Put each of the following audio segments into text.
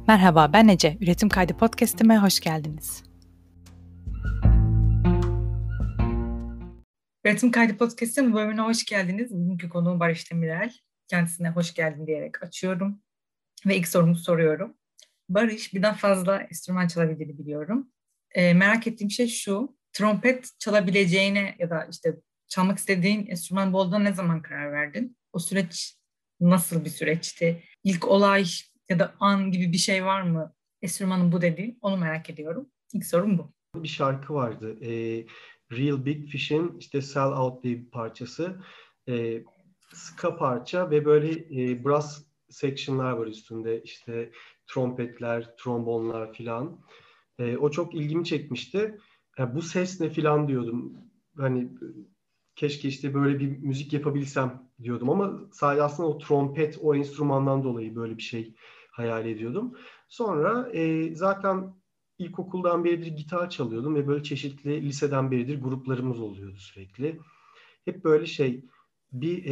Merhaba, ben Ece. Üretim Kaydı Podcast'ime hoş geldiniz. Üretim Kaydı Podcast'ın bu bölümüne hoş geldiniz. Bugünkü konuğum Barış Demirel. Kendisine hoş geldin diyerek açıyorum. Ve ilk sorumu soruyorum. Barış birden fazla enstrüman çalabildiğini biliyorum. Merak ettiğim şey şu. Trompet çalabileceğine ya da işte çalmak istediğin enstrüman bu olduğuna ne zaman karar verdin? O süreç nasıl bir süreçti? İlk olay ya da an gibi bir şey var mı? Enstrümanın bu dediğin. Onu merak ediyorum. İlk sorum bu. Bir şarkı vardı. Real Big Fish'in işte Sell Out diye bir parçası. Ska parça ve böyle brass section'lar var üstünde. İşte trompetler, trombonlar filan. O çok ilgimi çekmişti. Bu ses ne filan diyordum. Hani keşke işte böyle bir müzik yapabilsem diyordum ama sadece aslında o trompet, o enstrümandan dolayı böyle bir şey hayal ediyordum. Sonra zaten ilkokuldan beridir gitar çalıyordum ve böyle çeşitli liseden beridir gruplarımız oluyordu sürekli. Hep böyle bir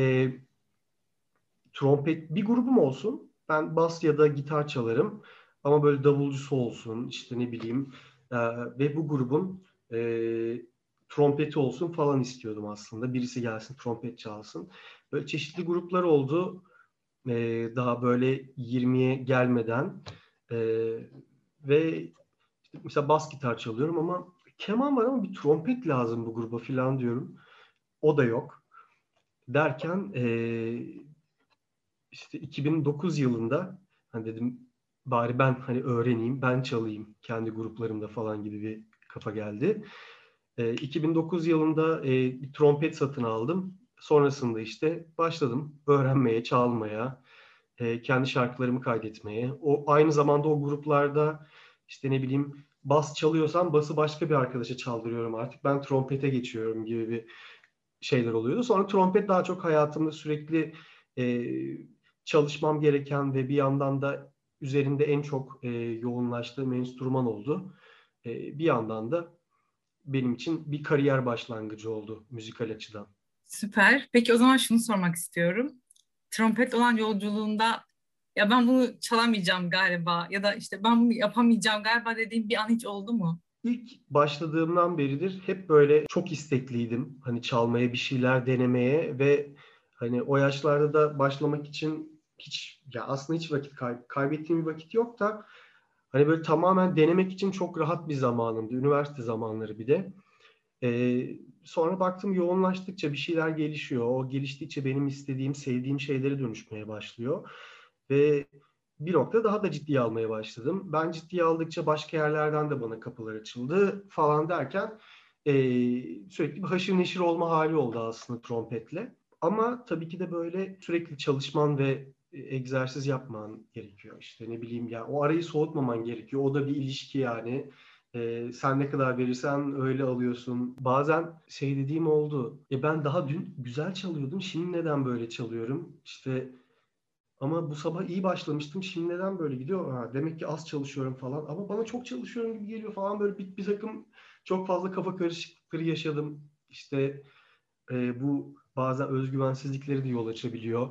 trompet bir grubum olsun. Ben bas ya da gitar çalarım. Ama böyle davulcusu olsun işte ne bileyim. Ve bu grubun trompeti olsun falan istiyordum aslında. Birisi gelsin trompet çalsın. Böyle çeşitli gruplar oldu. Daha böyle 20'ye gelmeden. Ve işte mesela bas gitar çalıyorum ama keman var ama bir trompet lazım bu gruba falan diyorum. O da yok. Derken işte 2009 yılında hani dedim bari ben hani öğreneyim, ben çalayım kendi gruplarımda falan gibi bir kafa geldi. 2009 yılında bir trompet satın aldım. Sonrasında işte başladım öğrenmeye, çalmaya, kendi şarkılarımı kaydetmeye. O aynı zamanda o gruplarda işte ne bileyim bas çalıyorsam bası başka bir arkadaşa çaldırıyorum artık. Ben trompete geçiyorum gibi bir şeyler oluyordu. Sonra trompet daha çok hayatımda sürekli e, çalışmam gereken ve bir yandan da üzerinde en çok yoğunlaştığım enstrüman oldu. Bir yandan da benim için bir kariyer başlangıcı oldu müzikal açıdan. Süper. Peki o zaman şunu sormak istiyorum. Trompet olan yolculuğunda ya ben bunu çalamayacağım galiba ya da işte ben bunu yapamayacağım galiba dediğim bir an hiç oldu mu? İlk başladığımdan beridir hep böyle çok istekliydim. Hani çalmaya, bir şeyler denemeye ve hani o yaşlarda da başlamak için ya aslında hiç vakit kaybettiğim bir vakit yok da hani böyle tamamen denemek için çok rahat bir zamanımdı. Üniversite zamanları bir de. Sonra baktım yoğunlaştıkça bir şeyler gelişiyor. O geliştikçe benim istediğim, sevdiğim şeylere dönüşmeye başlıyor. Ve bir nokta daha da ciddiye almaya başladım. Ben ciddiye aldıkça başka yerlerden de bana kapılar açıldı falan derken sürekli bir haşır neşir olma hali oldu aslında trompetle. Ama tabii ki de böyle sürekli çalışman ve egzersiz yapman gerekiyor. İşte ne bileyim ya o arayı soğutmaman gerekiyor. O da bir ilişki yani. Sen ne kadar verirsen öyle alıyorsun. Bazen dediğim oldu. Ben daha dün güzel çalıyordum. Şimdi neden böyle çalıyorum? İşte ama bu sabah iyi başlamıştım. Şimdi neden böyle gidiyor? Demek ki az çalışıyorum falan. Ama bana çok çalışıyorum gibi geliyor falan. Böyle bir takım çok fazla kafa karışıklıkları yaşadım. İşte bu bazen özgüvensizlikleri de yol açabiliyor.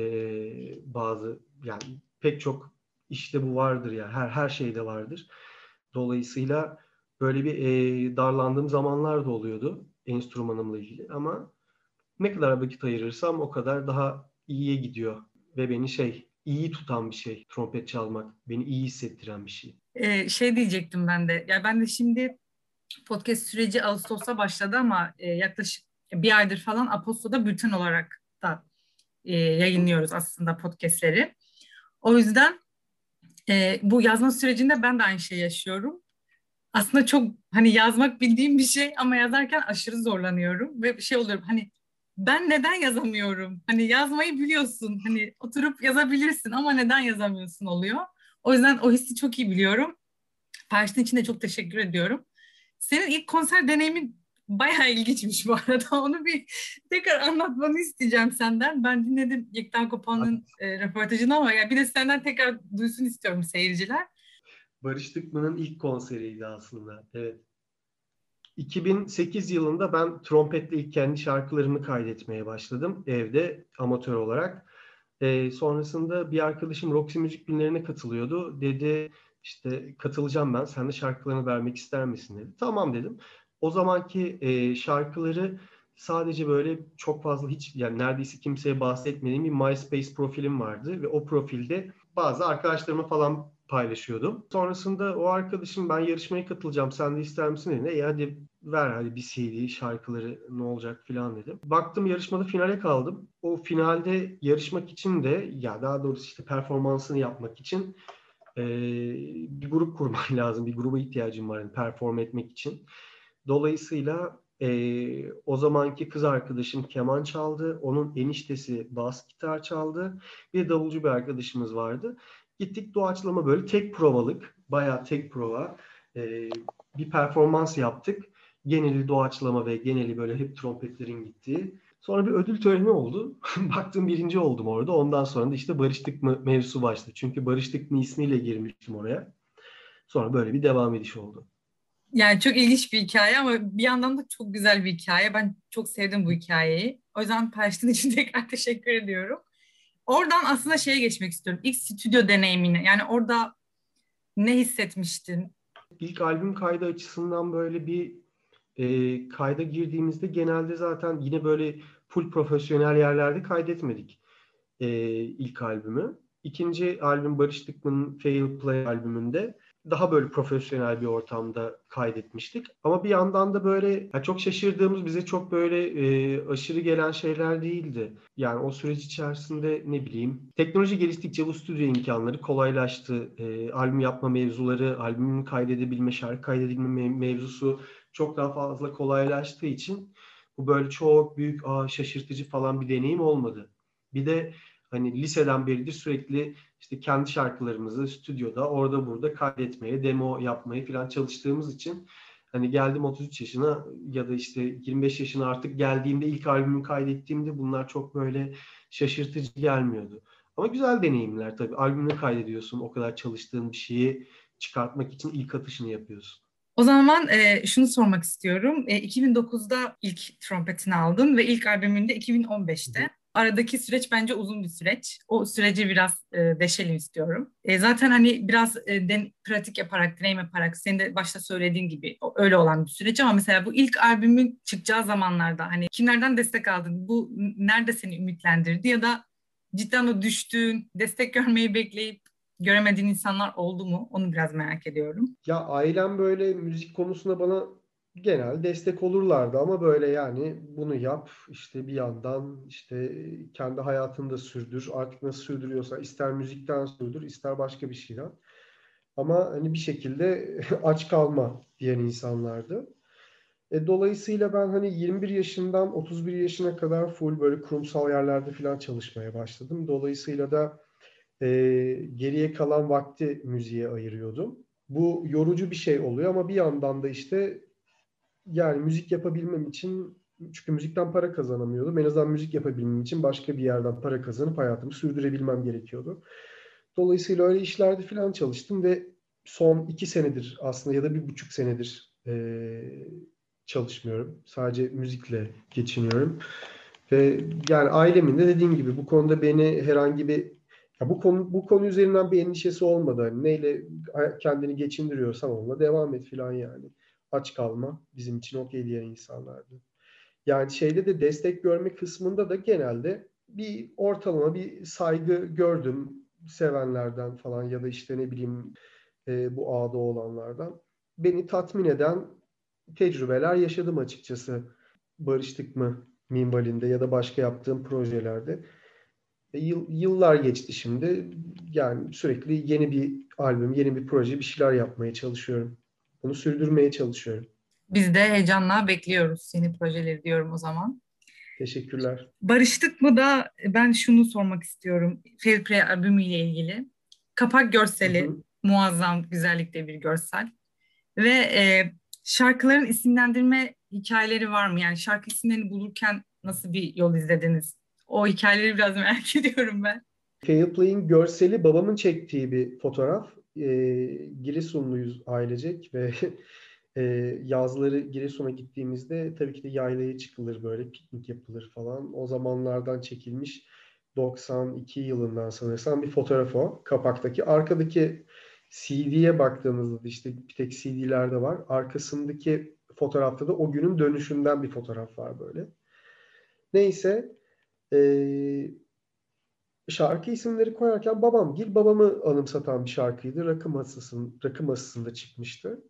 Bazı yani pek çok işte bu vardır ya. Her şeyde vardır. Dolayısıyla böyle bir darlandığım zamanlar da oluyordu enstrümanımla ilgili. Ama ne kadar vakit ayırırsam o kadar daha iyiye gidiyor. Ve beni iyi tutan bir şey. Trompet çalmak. Beni iyi hissettiren bir şey. Şey diyecektim ben de. Ya ben de şimdi podcast süreci Ağustos'ta başladı ama yaklaşık bir aydır falan Aposto'da bülten olarak da yayınlıyoruz aslında podcastleri. O yüzden bu yazma sürecinde ben de aynı şeyi yaşıyorum. Aslında çok hani yazmak bildiğim bir şey ama yazarken aşırı zorlanıyorum ve bir şey oluyorum hani ben neden yazamıyorum? Hani yazmayı biliyorsun. Hani oturup yazabilirsin ama neden yazamıyorsun oluyor. O yüzden o hissi çok iyi biliyorum. Paylaştığın için de çok teşekkür ediyorum. Senin ilk konser deneyimin bayağı ilginçmiş bu arada. Onu bir tekrar anlatmanı isteyeceğim senden. Ben dinledim Yekta Kopan'ın röportajını ama ya bir de senden tekrar duysun istiyorum seyirciler. Barış Tıkman'ın ilk konseriydi aslında. Evet. 2008 yılında ben trompetle ilk kendi şarkılarımı kaydetmeye başladım evde amatör olarak. Sonrasında bir arkadaşım Roxy Müzik günlerine katılıyordu. Dedi işte katılacağım ben. Sen de şarkılarını vermek ister misin dedi. Tamam dedim. O zamanki şarkıları sadece böyle çok fazla hiç yani neredeyse kimseye bahsetmediğim bir MySpace profilim vardı. Ve o profilde bazı arkadaşlarıma falan paylaşıyordum. Sonrasında o arkadaşım ben yarışmaya katılacağım sen de ister misin dedi. Hadi ver hadi bir CD şarkıları ne olacak filan dedim. Baktım yarışmada finale kaldım. O finalde yarışmak için de ya daha doğrusu işte performansını yapmak için e, bir grup kurman lazım. Bir gruba ihtiyacım var yani perform etmek için. Dolayısıyla o zamanki kız arkadaşım keman çaldı. Onun eniştesi bas gitar çaldı. Bir de davulcu bir arkadaşımız vardı. Gittik doğaçlama böyle tek provalık, bayağı tek prova bir performans yaptık. Geneli doğaçlama ve geneli böyle hep trompetlerin gittiği. Sonra bir ödül töreni oldu. Baktım birinci oldum orada. Ondan sonra da işte Barıştık mı mevzusu başladı. Çünkü Barıştık mı ismiyle girmiştim oraya. Sonra böyle bir devam ediş oldu. Yani çok ilginç bir hikaye ama bir yandan da çok güzel bir hikaye. Ben çok sevdim bu hikayeyi. O yüzden paylaştığın için tekrar teşekkür ediyorum. Oradan aslında şeye geçmek istiyorum. İlk stüdyo deneyimini. Yani orada ne hissetmiştin? İlk albüm kaydı açısından böyle bir kayda girdiğimizde genelde zaten yine böyle full profesyonel yerlerde kaydetmedik ilk albümü. İkinci albüm Barış Tıkman'ın Fail Play albümünde daha böyle profesyonel bir ortamda kaydetmiştik. Ama bir yandan da böyle ya çok şaşırdığımız bize çok böyle aşırı gelen şeyler değildi. Yani o süreç içerisinde ne bileyim teknoloji geliştikçe bu stüdyo imkanları kolaylaştı. Albüm yapma mevzuları, albümün kaydedebilme, şarkı kaydedebilme mevzusu çok daha fazla kolaylaştığı için bu böyle çok büyük, şaşırtıcı falan bir deneyim olmadı. Bir de hani liseden beridir sürekli işte kendi şarkılarımızı stüdyoda orada burada kaydetmeye, demo yapmaya falan çalıştığımız için hani geldim 33 yaşına ya da işte 25 yaşına artık geldiğimde ilk albümü kaydettiğimde bunlar çok böyle şaşırtıcı gelmiyordu. Ama güzel deneyimler tabii. Albümünü kaydediyorsun, o kadar çalıştığın bir şeyi çıkartmak için ilk atışını yapıyorsun. O zaman şunu sormak istiyorum. 2009'da ilk trompetini aldın ve ilk albümünde Hı 2015'te. hı. Aradaki süreç bence uzun bir süreç. O süreci biraz deşelim istiyorum. Zaten hani biraz pratik yaparak, deneyim yaparak, senin de başta söylediğin gibi öyle olan bir süreç ama mesela bu ilk albümün çıkacağı zamanlarda hani kimlerden destek aldın? Bu nerede seni ümitlendirdi ya da cidden o düştüğün, destek görmeyi bekleyip göremediğin insanlar oldu mu? Onu biraz merak ediyorum. Ya ailem böyle müzik konusunda bana genel destek olurlardı ama böyle yani bunu yap işte bir yandan işte kendi hayatını da sürdür. Artık nasıl sürdürüyorsa ister müzikten sürdür ister başka bir şeyden. Ama hani bir şekilde aç kalma diyen insanlardı. Dolayısıyla ben hani 21 yaşından 31 yaşına kadar full böyle kurumsal yerlerde falan çalışmaya başladım. Dolayısıyla da e, geriye kalan vakti müziğe ayırıyordum. Bu yorucu bir şey oluyor ama bir yandan da işte yani müzik yapabilmem için çünkü müzikten para kazanamıyordum. En azından müzik yapabilmem için başka bir yerden para kazanıp hayatımı sürdürebilmem gerekiyordu. Dolayısıyla öyle işlerde falan çalıştım ve son 2 senedir aslında ya da 1,5 senedir çalışmıyorum. Sadece müzikle geçiniyorum. Ve yani ailemin de dediğim gibi bu konuda beni herhangi bir ya bu konu üzerinden bir endişesi olmadı. Hani neyle kendini geçindiriyorsan onunla devam et falan yani. Aç kalma bizim için okey diyen insanlardı. Yani şeyde de destek görme kısmında da genelde bir ortalama bir saygı gördüm sevenlerden falan ya da işte ne bileyim bu ağda olanlardan. Beni tatmin eden tecrübeler yaşadım açıkçası. Barıştık mı minvalinde ya da başka yaptığım projelerde. Yıllar geçti şimdi. Yani sürekli yeni bir albüm, yeni bir proje, bir şeyler yapmaya çalışıyorum. Bunu sürdürmeye çalışıyorum. Biz de heyecanla bekliyoruz yeni projeleri diyorum o zaman. Teşekkürler. Barıştık mı da ben şunu sormak istiyorum. Fair Play albümüyle ilgili. Kapak Hı görseli hı. muazzam güzellikte bir görsel. Ve şarkıların isimlendirme hikayeleri var mı? Yani şarkı isimlerini bulurken nasıl bir yol izlediniz? O hikayeleri biraz merak ediyorum ben. Fair Play'in görseli babamın çektiği bir fotoğraf. Giresunluyuz ailecek ve e, yazları Giresun'a gittiğimizde tabii ki de yaylaya çıkılır böyle piknik yapılır falan. O zamanlardan çekilmiş 92 yılından sanırsam bir fotoğraf o. Kapaktaki. Arkadaki CD'ye baktığımızda da işte bir tek CD'lerde var. Arkasındaki fotoğrafta da o günün dönüşünden bir fotoğraf var böyle. Neyse şarkı isimleri koyarken babamı anımsatan bir şarkıydı. Rakı Masası'nda çıkmıştı.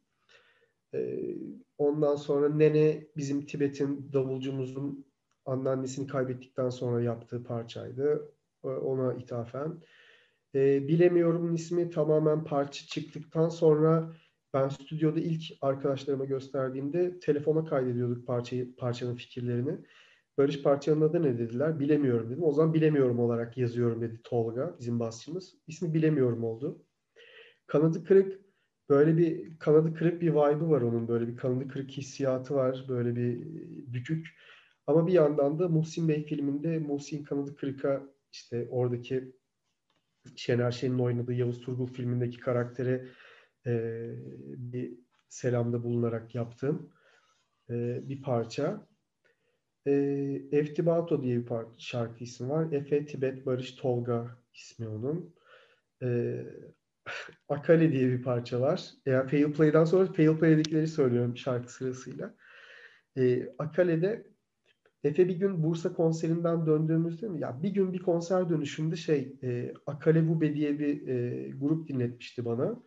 Ondan sonra Nene bizim Tibet'in davulcumuzun anneannesini kaybettikten sonra yaptığı parçaydı. Ona ithafen. Bilemiyorum'un ismi tamamen parça çıktıktan sonra ben stüdyoda ilk arkadaşlarıma gösterdiğimde telefona kaydediyorduk parçanın fikirlerini. Barış parçanın adı ne dediler? Bilemiyorum dedim. O zaman Bilemiyorum olarak yazıyorum dedi Tolga, bizim basçımız. İsmi Bilemiyorum oldu. Kanadı kırık kanadı kırık bir vibe'ı var onun. Böyle bir kanadı kırık hissiyatı var. Böyle bir bükük. Ama bir yandan da Muhsin Bey filminde Muhsin kanadı kırıka işte oradaki Şener Şen'in oynadığı Yavuz Turgul filmindeki karaktere bir selamda bulunarak yaptığım bir parça. Eftibato diye bir şarkı ismi var. Efe, Tibet, Barış, Tolga ismi onun. E, Akale diye bir parça var. Yani Fail Play'den sonra Fail Play'dekileri söylüyorum şarkı sırasıyla. Akale'de Efe bir gün Bursa konserinden döndüğümüzde mi? Ya bir gün bir konser dönüşünde Akale Vube diye bir grup dinletmişti bana.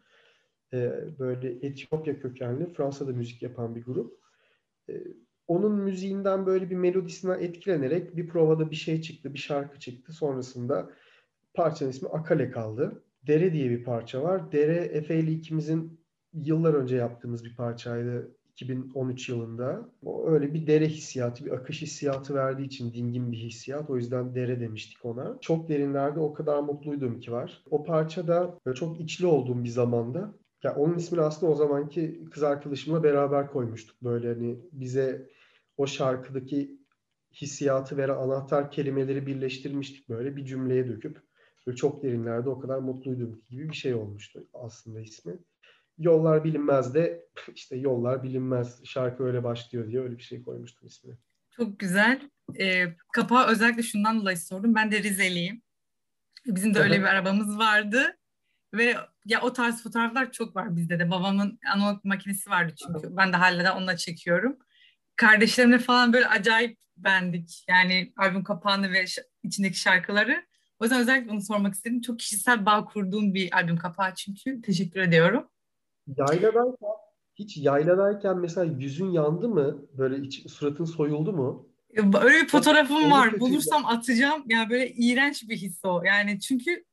Böyle Etiyopya kökenli Fransa'da müzik yapan bir grup. E, Onun müziğinden böyle bir melodisinden etkilenerek bir provada bir şey çıktı, bir şarkı çıktı. Sonrasında parçanın ismi Akale kaldı. Dere diye bir parça var. Dere Efe ile ikimizin yıllar önce yaptığımız bir parçaydı. 2013 yılında. O öyle bir dere hissiyatı, bir akış hissiyatı verdiği için dingin bir hissiyat. O yüzden dere demiştik ona. Çok derinlerde o kadar mutluydum ki var. O parça da böyle çok içli olduğum bir zamanda. Ya onun ismini aslında o zamanki kız arkadaşımla beraber koymuştuk. Böyle hani bize o şarkıdaki hissiyatı veren anahtar kelimeleri birleştirmiştik böyle bir cümleye döküp. Böyle çok derinlerde o kadar mutluydum gibi bir şey olmuştu aslında ismi. Yollar Bilinmez de işte Yollar Bilinmez şarkı öyle başlıyor diye öyle bir şey koymuştum ismini. Çok güzel. Kapağı özellikle şundan dolayı sordum. Ben de Rizeliyim. Bizim de öyle bir arabamız vardı. Ve ya o tarz fotoğraflar çok var bizde de. Babamın analog makinesi vardı çünkü. Ben de hala da onunla çekiyorum. Kardeşlerimle falan böyle acayip beğendik. Yani albüm kapağını ve içindeki şarkıları. O yüzden özellikle onu sormak istedim. Çok kişisel bağ kurduğum bir albüm kapağı çünkü. Teşekkür ediyorum. Yayladayken hiç yayladayken mesela yüzün yandı mı? Böyle suratın soyuldu mu? Öyle bir fotoğrafım O var. kötü. Bulursam atacağım. Yani böyle iğrenç bir his o. Yani çünkü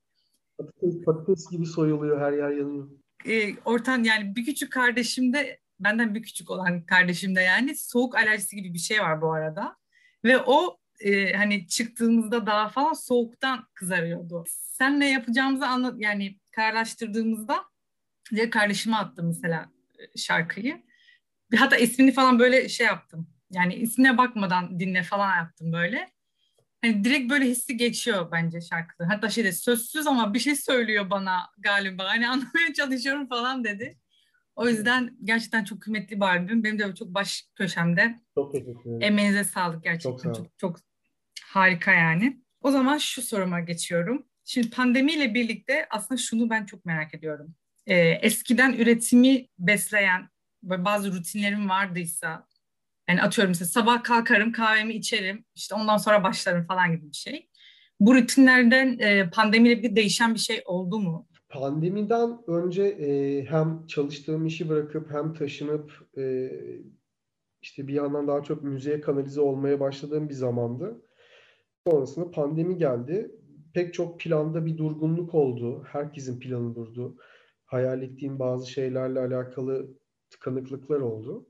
Patates gibi soyuluyor, her yer yanıyor. ortam yani bir küçük kardeşimde benden bir küçük olan kardeşimde yani soğuk alerjisi gibi bir şey var bu arada. Ve o hani çıktığımızda daha falan soğuktan kızarıyordu. Senle yapacağımızı yani kararlaştırdığımızda diye kardeşime attım mesela şarkıyı. Hatta ismini falan böyle şey yaptım. Yani ismine bakmadan dinle falan yaptım böyle. Hani direkt böyle hissi geçiyor bence şarkıda. Hatta şeyde sözsüz ama bir şey söylüyor bana galiba. Hani anlamaya çalışıyorum falan dedi. O yüzden gerçekten çok kıymetli bir albüm. Benim de çok baş köşemde. Çok teşekkür ederim. Emeğinize sağlık Çok gerçekten. sağ ol. Çok çok harika yani. O zaman şu soruma geçiyorum. Şimdi pandemiyle birlikte aslında şunu ben çok merak ediyorum. Eskiden üretimi besleyen böyle bazı rutinlerim vardıysa yani atıyorum mesela sabah kalkarım kahvemi içerim işte ondan sonra başlarım falan gibi bir şey. Bu rutinlerden pandemiyle birlikte değişen bir şey oldu mu? Pandemiden önce hem çalıştığım işi bırakıp hem taşınıp işte bir yandan daha çok müziğe kanalize olmaya başladığım bir zamandı. Sonrasında pandemi geldi. Pek çok planda bir durgunluk oldu. Herkesin planı durdu. Hayal ettiğim bazı şeylerle alakalı tıkanıklıklar oldu.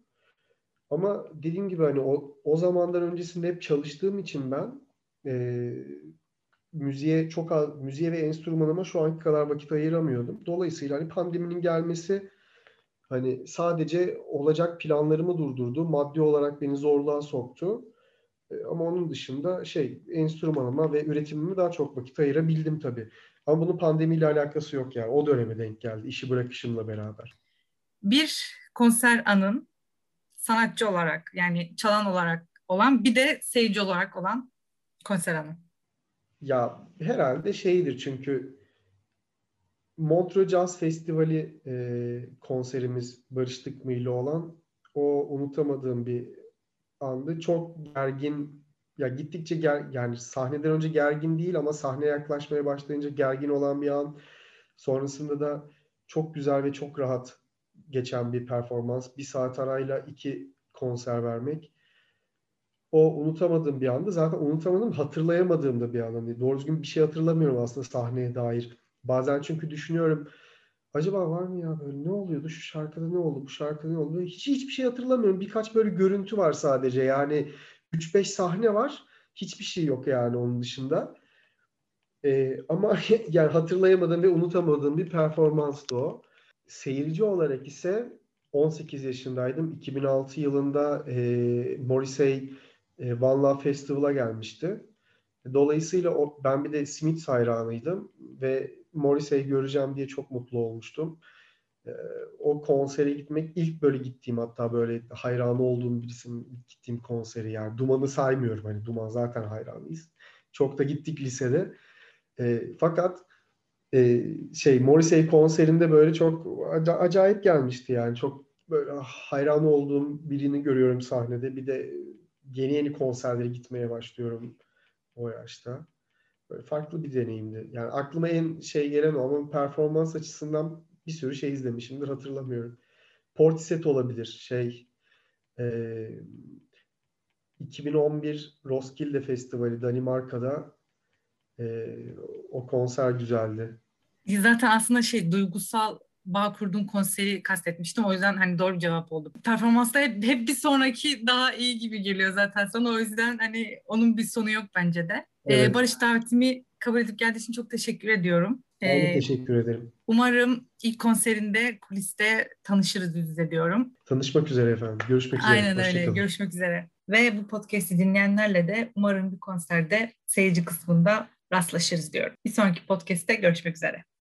Ama dediğim gibi hani o zamandan öncesinde hep çalıştığım için ben müziğe ve enstrümanıma şu anki kadar vakit ayıramıyordum. Dolayısıyla hani pandeminin gelmesi hani sadece olacak planlarımı durdurdu. Maddi olarak beni zorluğa soktu. Ama onun dışında enstrümanıma ve üretimime daha çok vakit ayırabildim tabii. Ama bunun pandemiyle alakası yok yani. O döneme denk geldi. İşi bırakışımla beraber. Bir konser anın sanatçı olarak yani çalan olarak olan bir de seyirci olarak olan konser anı. Ya herhalde şeydir çünkü Montreux Jazz Festivali konserimiz Barış Tıkma ile olan, o unutamadığım bir andı. Çok gergin, ya gittikçe yani sahneden önce gergin değil ama sahneye yaklaşmaya başlayınca gergin olan bir an. Sonrasında da çok güzel ve çok rahat geçen bir performans. Bir saat arayla 2 konser vermek. O unutamadığım bir anda. Zaten unutamadım, hatırlayamadığım da bir an. Hani doğru düzgün bir şey hatırlamıyorum aslında sahneye dair. Bazen çünkü düşünüyorum, acaba var mı ya böyle, ne oluyordu şu şarkıda, ne oldu bu şarkıda, ne oldu? Hiçbir şey hatırlamıyorum. Birkaç böyle görüntü var sadece. Yani 3-5 sahne var. Hiçbir şey yok yani onun dışında. Ama yani hatırlayamadığım ve unutamadığım bir performanstı o. Seyirci olarak ise 18 yaşındaydım. 2006 yılında Morrissey One Love Festival'a gelmişti. Dolayısıyla ben bir de Smith hayranıydım ve Morrissey göreceğim diye çok mutlu olmuştum. E, O konsere gitmek ilk böyle gittiğim, hatta böyle hayranı olduğum birisinin ilk gittiğim konseri yani. Duman'ı saymıyorum, hani Duman zaten hayranıyız. Çok da gittik lisede. Fakat Morrissey konserinde böyle çok acayip gelmişti yani. Çok böyle hayran olduğum birini görüyorum sahnede. Bir de yeni yeni konserlere gitmeye başlıyorum o yaşta. Böyle farklı bir deneyimdi. Yani aklıma en gelen o, ama performans açısından bir sürü şey izlemişimdir, hatırlamıyorum. Portishead olabilir. E, 2011 Roskilde Festivali Danimarka'da, e, o konser güzeldi. Zaten aslında duygusal bağ kurduğun konseri kastetmiştim. O yüzden hani doğru bir cevap oldu. Performansta hep bir sonraki daha iyi gibi geliyor zaten sana. O yüzden hani onun bir sonu yok bence de. Evet, Barış, davetimi kabul edip geldiğin için çok teşekkür ediyorum. ben de teşekkür ederim. Umarım ilk konserinde kuliste tanışırız yüz yüze diyorum. Tanışmak üzere efendim. Görüşmek üzere. Aynen Hoşça öyle. kalın. Görüşmek üzere. Ve bu podcast'i dinleyenlerle de umarım bir konserde seyirci kısmında rastlaşırız diyorum. Bir sonraki podcast'te görüşmek üzere.